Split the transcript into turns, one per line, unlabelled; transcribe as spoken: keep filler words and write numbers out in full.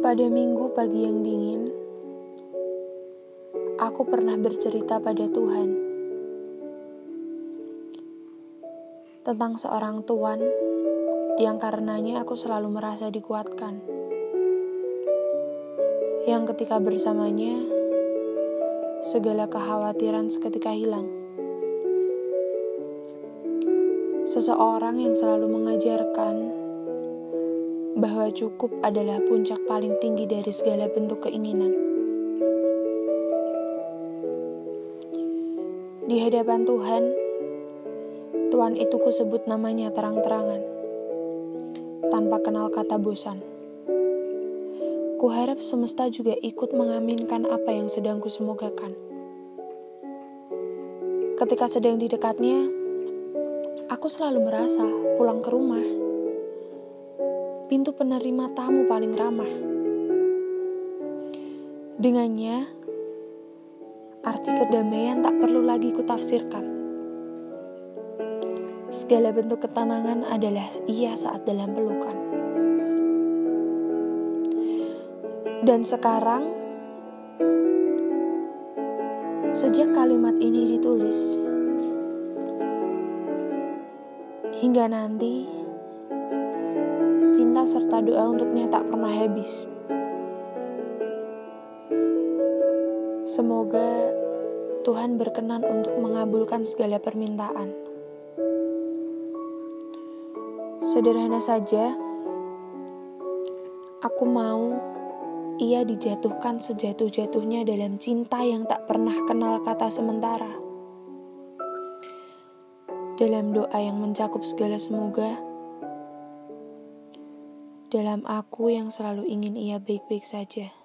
Pada minggu pagi yang dingin, aku pernah bercerita pada Tuhan tentang seorang tuan yang karenanya aku selalu merasa dikuatkan. Yang ketika bersamanya, segala kekhawatiran seketika hilang. Seseorang yang selalu mengajarkan bahwa cukup adalah puncak paling tinggi dari segala bentuk keinginan. Di hadapan Tuhan, Tuhan itu kusebut namanya terang-terangan, tanpa kenal kata bosan. Kuharap semesta juga ikut mengaminkan apa yang sedang kusemogakan. Ketika sedang di dekatnya, aku selalu merasa pulang ke rumah. Pintu penerima tamu paling ramah. Dengannya, arti kedamaian tak perlu lagi kutafsirkan. Segala bentuk ketenangan adalah ia saat dalam pelukan. Dan sekarang, sejak kalimat ini ditulis, hingga nanti, cinta serta doa untuknya tak pernah habis. Semoga Tuhan berkenan untuk mengabulkan segala permintaan. Sederhana saja, aku mau ia dijatuhkan sejatuh-jatuhnya dalam cinta yang tak pernah kenal kata sementara. Dalam doa yang mencakup segala semoga, dalam aku yang selalu ingin ia baik-baik saja.